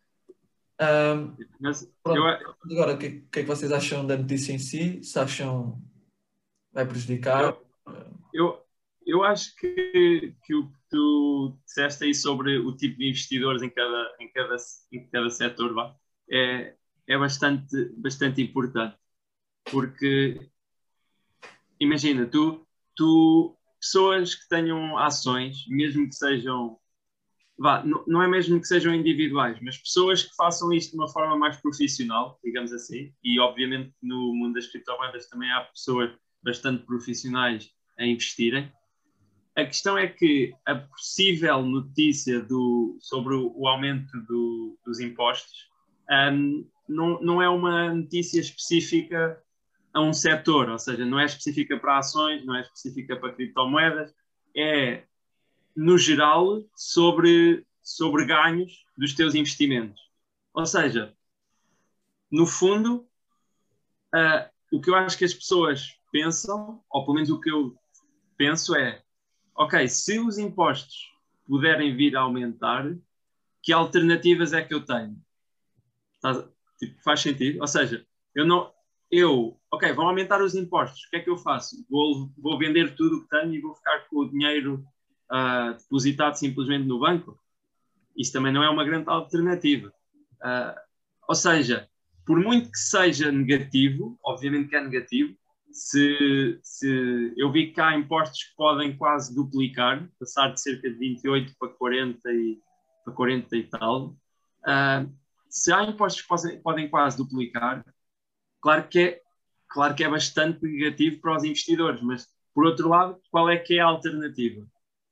Um, Mas pronto, eu, agora, o que, que é que vocês acham da notícia em si? Se acham que vai prejudicar? eu, eu acho que, que o que tu disseste aí sobre o tipo de investidores em cada, em cada, em cada setor vá, é, é bastante, bastante importante. Porque, imagina, tu, tu, pessoas que tenham ações, mesmo que sejam, vá, não, não é mesmo que sejam individuais, mas pessoas que façam isto de uma forma mais profissional, digamos assim, e obviamente no mundo das criptomoedas também há pessoas bastante profissionais a investirem. A questão é que a possível notícia do, sobre o, o aumento do, dos impostos um, não, não é uma notícia específica a um setor, ou seja, não é específica para ações, não é específica para criptomoedas, é no geral sobre, sobre ganhos dos teus investimentos. Ou seja, no fundo, uh, o que eu acho que as pessoas pensam, ou pelo menos o que eu penso é, ok, se os impostos puderem vir a aumentar, que alternativas é que eu tenho? Tá, tipo, faz sentido? Ou seja, eu não... Eu, ok, vão aumentar os impostos, o que é que eu faço? Vou, vou vender tudo o que tenho e vou ficar com o dinheiro uh, depositado simplesmente no banco? Isso também não é uma grande alternativa. Uh, ou seja, por muito que seja negativo, obviamente que é negativo, se, se eu vi que há impostos que podem quase duplicar, passar de cerca de vinte e oito para quarenta e, para quarenta e tal, uh, se há impostos que podem, podem quase duplicar, claro que, é, claro que é bastante negativo para os investidores, mas, por outro lado, qual é que é a alternativa?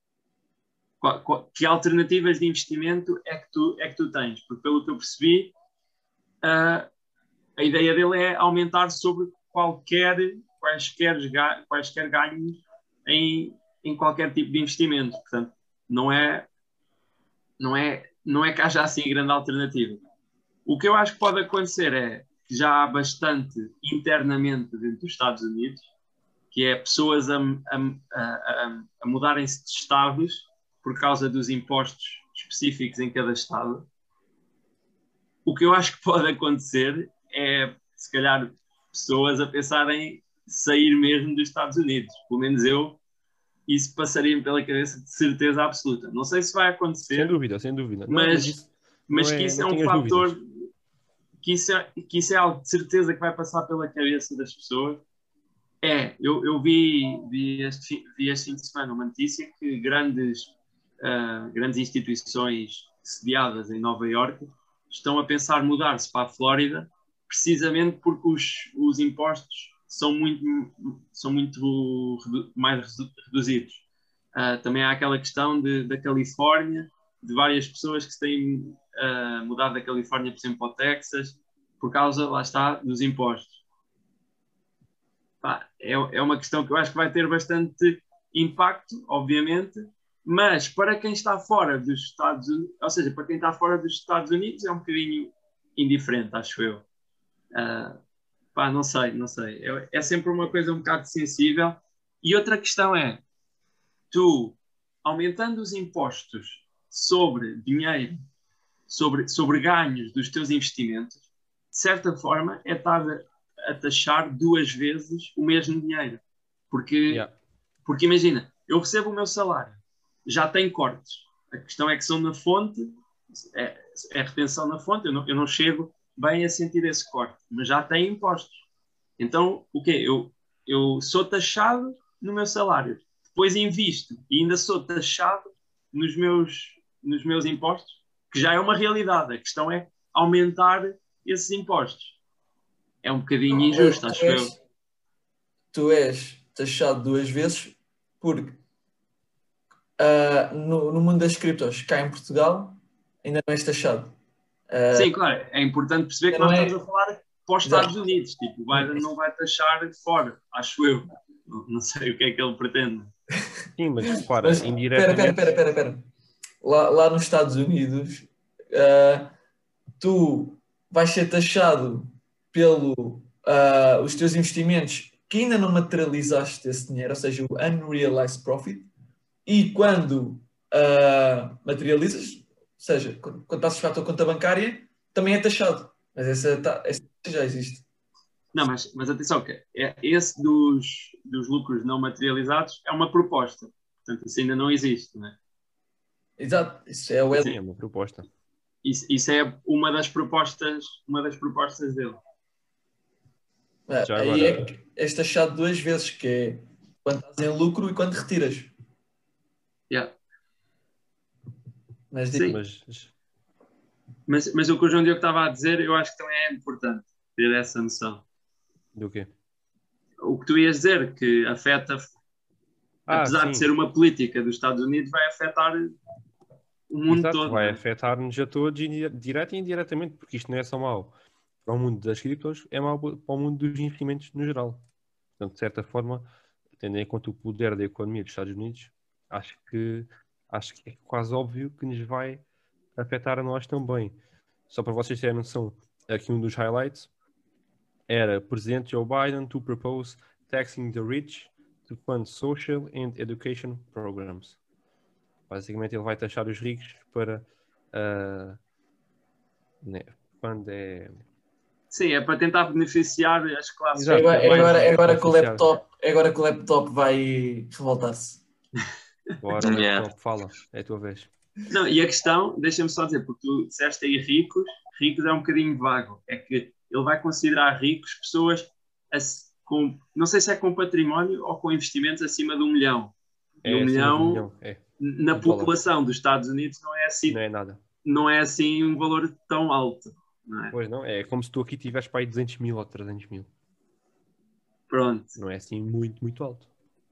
Qual, qual, que alternativas de investimento é que tu, é que tu tens? Porque, pelo que eu percebi, uh, a ideia dele é aumentar sobre qualquer, quaisquer, quaisquer ganhos em, em qualquer tipo de investimento. Portanto, não é, não é, não é que haja assim grande alternativa. O que eu acho que pode acontecer é que já há bastante internamente dentro dos Estados Unidos, que é pessoas a, a, a, a mudarem-se de estados por causa dos impostos específicos em cada estado. O que eu acho que pode acontecer é, se calhar, pessoas a pensarem sair mesmo dos Estados Unidos. Pelo menos eu, isso passaria-me pela cabeça de certeza absoluta. Não sei se vai acontecer. Sem dúvida, sem dúvida. Não, Mas, isso mas é, que isso é não um fator... Que isso, é, que isso é algo de certeza que vai passar pela cabeça das pessoas. É, eu, eu vi, vi, este, vi este fim de semana uma notícia que grandes, uh, grandes instituições sediadas em Nova Iorque estão a pensar mudar-se para a Flórida precisamente porque os, os impostos são muito, são muito redu, mais reduzidos. Uh, também há aquela questão de, da Califórnia, de várias pessoas que se têm uh, mudado da Califórnia, por exemplo, para o Texas, por causa, lá está, dos impostos. Pá, é, é uma questão que eu acho que vai ter bastante impacto, obviamente, mas para quem está fora dos Estados Unidos, ou seja, para quem está fora dos Estados Unidos é um bocadinho indiferente, acho eu. Uh, pá, não sei, não sei. É, é sempre uma coisa um bocado sensível. E outra questão é, tu, aumentando os impostos sobre dinheiro, sobre, sobre ganhos dos teus investimentos, de certa forma é estar a, a taxar duas vezes o mesmo dinheiro. Porque, yeah. porque imagina, eu recebo o meu salário, já tem cortes. A questão é que são na fonte, é, é retenção na fonte, eu não, eu não chego bem a sentir esse corte, mas já tem impostos. Então, o quê? Eu, eu sou taxado no meu salário, depois invisto e ainda sou taxado nos meus, nos meus impostos, que já é uma realidade. A questão é aumentar esses impostos. É um bocadinho injusto, acho eu. Tu és taxado duas vezes porque uh, no, no mundo das criptos, cá em Portugal, ainda não és taxado. Sim, claro, é importante perceber que Não nós é- estamos a falar para os Estados Unidos. Tipo, o Biden não vai taxar fora, acho eu. Não, não sei o que é que ele pretende. Sim, mas repara, Mas, espera, indiretamente... espera, espera, espera, espera. Lá, lá nos Estados Unidos, ah, tu vais ser taxado pelo ah, os teus investimentos que ainda não materializaste esse dinheiro, ou seja, o unrealized profit, e quando ah, materializas, ou seja, quando, quando passas para a tua conta bancária, também é taxado. Mas essa, ta- essa taxa já existe. Não, mas, mas atenção, que é, esse dos, dos lucros não materializados é uma proposta. Portanto, isso ainda não existe, não é? Exato, isso é o Sim, é uma proposta. Isso, isso é uma das propostas, uma das propostas dele. Ah, Já aí agora- é que és taxado duas vezes, que é quando estás em lucro e quando retiras. Yeah. Mas Sim. digo, Mas Mas, mas o que o João Diogo estava a dizer, eu acho que também é importante ter essa noção. do quê? O que tu ias dizer, que afeta, Ah, apesar sim. de ser uma política dos Estados Unidos, vai afetar o mundo Exato, todo. vai não é? afetar-nos a todos, indi- direto e indiretamente, porque isto não é só mau para o mundo das criptos, é mau para o mundo dos investimentos no geral. Portanto, de certa forma, tendo em conta o poder da economia dos Estados Unidos, acho que, acho que é quase óbvio que nos vai afetar a nós também. Só para vocês terem noção, aqui um dos highlights era Presidente Joe Biden to propose taxing the rich to fund social and education programs. Basicamente, ele vai taxar os ricos para uh, né, quando é... Sim, é para tentar beneficiar as classes. Exato. é agora, é mais- agora, é agora que o beneficiar. laptop, é agora que o laptop vai revoltar-se. Bora, Yeah. laptop, fala, é a tua vez. Não, e a questão, deixa-me só dizer, porque tu disseste aí ricos, ricos é um bocadinho vago. É que ele vai considerar ricos pessoas ass- com, não sei se é com património ou com investimentos acima de um milhão. E É um acima de milhão, um milhão, é. na Um dólar. população dos Estados Unidos, não é assim, Não é nada. não é assim um valor tão alto. Não é? Pois não, é como se tu aqui tivesse para aí duzentos mil ou trezentos mil. Pronto. Não é assim muito, muito alto.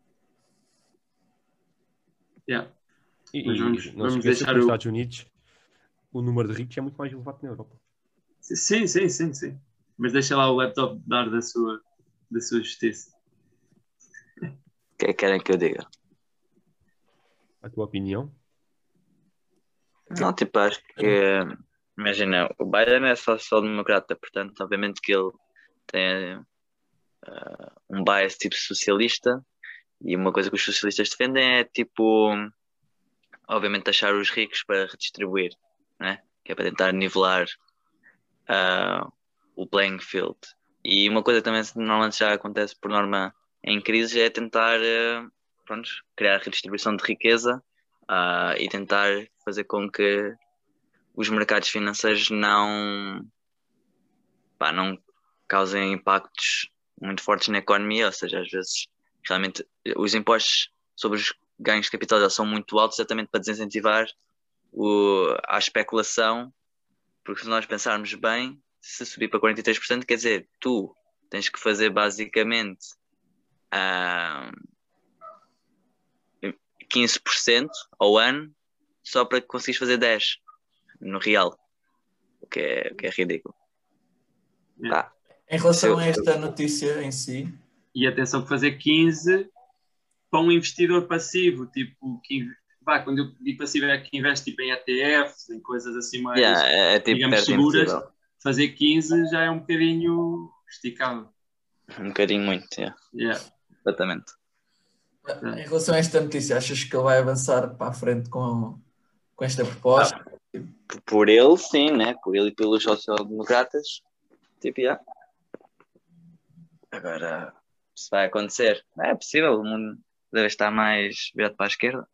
Yeah. E, Mas e vamos- não vamos se esqueça deixar que nos o- Estados Unidos o número de ricos é muito mais elevado que na Europa. Sim, sim, sim, sim. Mas deixa lá o laptop dar da sua, da sua justiça. O que é que querem que eu diga? A tua opinião? Não, tipo, acho que, imagina, o Biden é social-democrata, portanto, obviamente que ele tem uh, um bias tipo socialista, e uma coisa que os socialistas defendem é, tipo, obviamente, taxar os ricos para redistribuir, né? Que é para tentar nivelar uh, o playing field. E uma coisa que também normalmente já acontece por norma em crises é tentar uh, pronto, criar redistribuição de riqueza uh, e tentar fazer com que os mercados financeiros não, pá, não causem impactos muito fortes na economia, ou seja, às vezes realmente os impostos sobre os ganhos de capital já são muito altos exatamente para desincentivar o, a especulação, porque se nós pensarmos bem, se subir para quarenta e três por cento, quer dizer, tu tens que fazer basicamente uh, quinze por cento ao ano só para que conseguires fazer dez por cento no real, o que é, o que é ridículo. É. Pá, Em relação Se eu- a esta notícia em si, E atenção que fazer quinze para um investidor passivo, tipo, que, vá, quando eu digo passivo é que investe tipo, em E T Fs, em coisas assim mais, yeah, é, é tipo digamos, perto seguras, impossível. fazer quinze já é um bocadinho esticado. Um bocadinho muito, yeah, Yeah. exatamente. em relação a esta notícia, achas que ele vai avançar para a frente com, com esta proposta? P- Por ele, sim, né? Por ele e pelos social-democratas. Tipo, yeah. Agora, se vai acontecer, é possível, o mundo deve estar mais virado para a esquerda.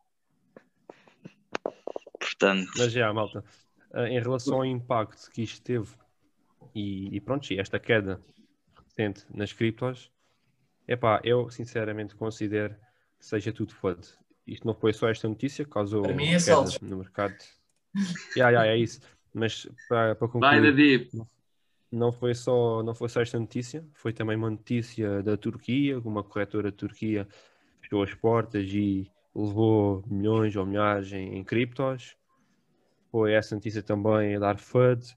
Portanto, Mas já, malta, eh, em relação ao impacto que isto teve e, e pronto, e esta queda recente nas criptos, epá, eu sinceramente considero que seja tudo F U D. Isto não foi só esta notícia que causou Para mim é queda saltos. no mercado. Yeah, yeah, é isso. Mas para, para Vai da concluir, deep. não foi, só, não foi só esta notícia, foi também uma notícia da Turquia, uma corretora da Turquia fechou as portas e levou milhões ou milhares em, em criptos. Foi essa notícia também a dar F U D.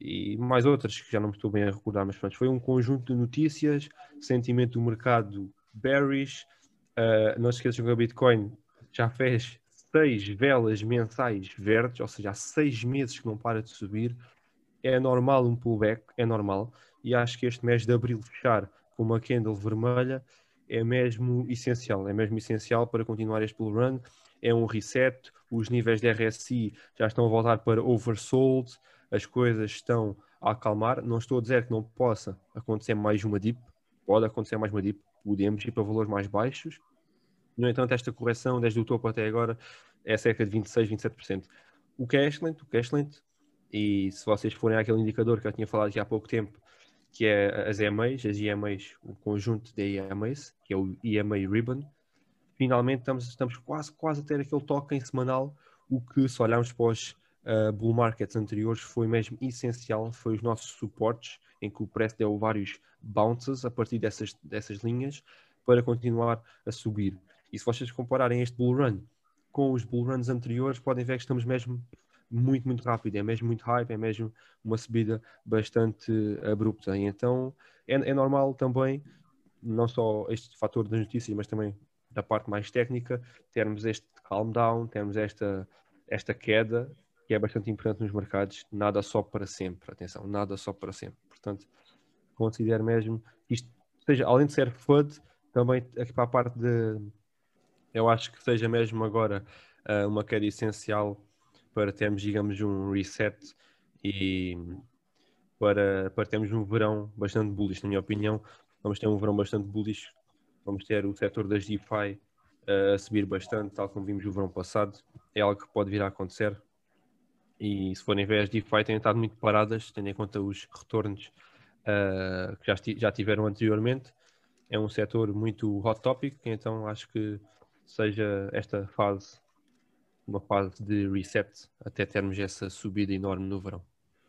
e mais outras que já não me estou bem a recordar, mas pronto, foi um conjunto de notícias, sentimento do mercado bearish. Uh, não se esqueçam que a Bitcoin já fez seis velas mensais verdes, ou seja, há seis meses que não para de subir. É normal um pullback, é normal, e acho que este mês de abril fechar com uma candle vermelha é mesmo essencial, é mesmo essencial para continuar este bull run. É um reset, os níveis de R S I já estão a voltar para oversold, as coisas estão a acalmar. Não estou a dizer que não possa acontecer mais uma dip, pode acontecer mais uma dip, podemos ir para valores mais baixos. No entanto, esta correção desde o topo até agora é cerca de vinte e seis, vinte e sete por cento. O que é excelente, o que é excelente. E se vocês forem àquele indicador que eu tinha falado aqui há pouco tempo, que é as E M As, as E M As, o conjunto de E M As, que é o E M A Ribbon, finalmente estamos, estamos quase, quase a ter aquele toque em semanal, o que, se olharmos para os uh, bull markets anteriores, foi mesmo essencial, foi os nossos suportes, em que o preço deu vários bounces a partir dessas, dessas linhas, para continuar a subir. E se vocês compararem este bull run com os bull runs anteriores, podem ver que estamos mesmo muito, muito rápido, é mesmo muito hype, é mesmo uma subida bastante abrupta. E então é, é normal também, não só este fator das notícias, mas também da parte mais técnica, termos este calm down, termos esta, esta queda, que é bastante importante nos mercados, nada só para sempre, atenção, nada só para sempre. Portanto, considero mesmo que isto, seja, além de ser F U D, também aqui para a parte de, eu acho que seja mesmo agora uh, uma queda essencial para termos, digamos, um reset e para, para termos um verão bastante bullish, na minha opinião. Vamos ter um verão bastante bullish, vamos ter o setor das DeFi uh, a subir bastante, tal como vimos o verão passado. É algo que pode vir a acontecer. E se forem ver, as DeFi têm estado muito paradas, tendo em conta os retornos uh, que já, já tiveram anteriormente. É um setor muito hot topic, então acho que seja esta fase uma fase de reset até termos essa subida enorme no verão.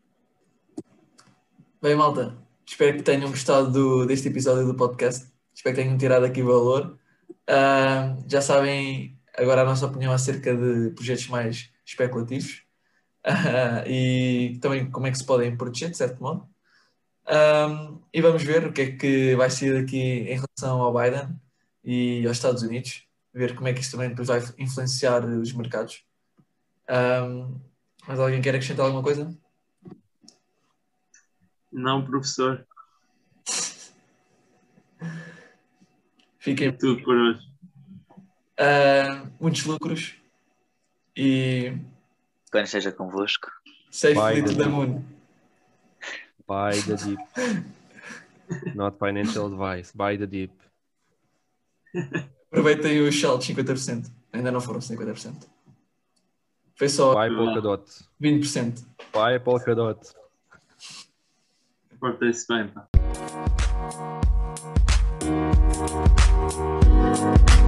Bem, malta, espero que tenham gostado do, deste episódio do podcast. Espero que tenham tirado aqui valor. Uh, já sabem agora a nossa opinião acerca de projetos mais especulativos uh, e também como é que se podem proteger, de certo modo. Um, e vamos ver o que é que vai sair daqui em relação ao Biden e aos Estados Unidos, ver como é que isso também depois vai influenciar os mercados. Um, mas alguém quer acrescentar alguma coisa? Não, professor. Fiquem É tudo por hoje. Uh, muitos lucros e Quando esteja convosco. safe Buy to the the moon. Buy the dip. Not financial advice. Buy the dip. Aproveitem os saltos cinquenta por cento. Ainda não foram cinquenta por cento. Foi só Buy Polkadot. vinte por cento. Buy Polkadot. Portem-se bem, pá.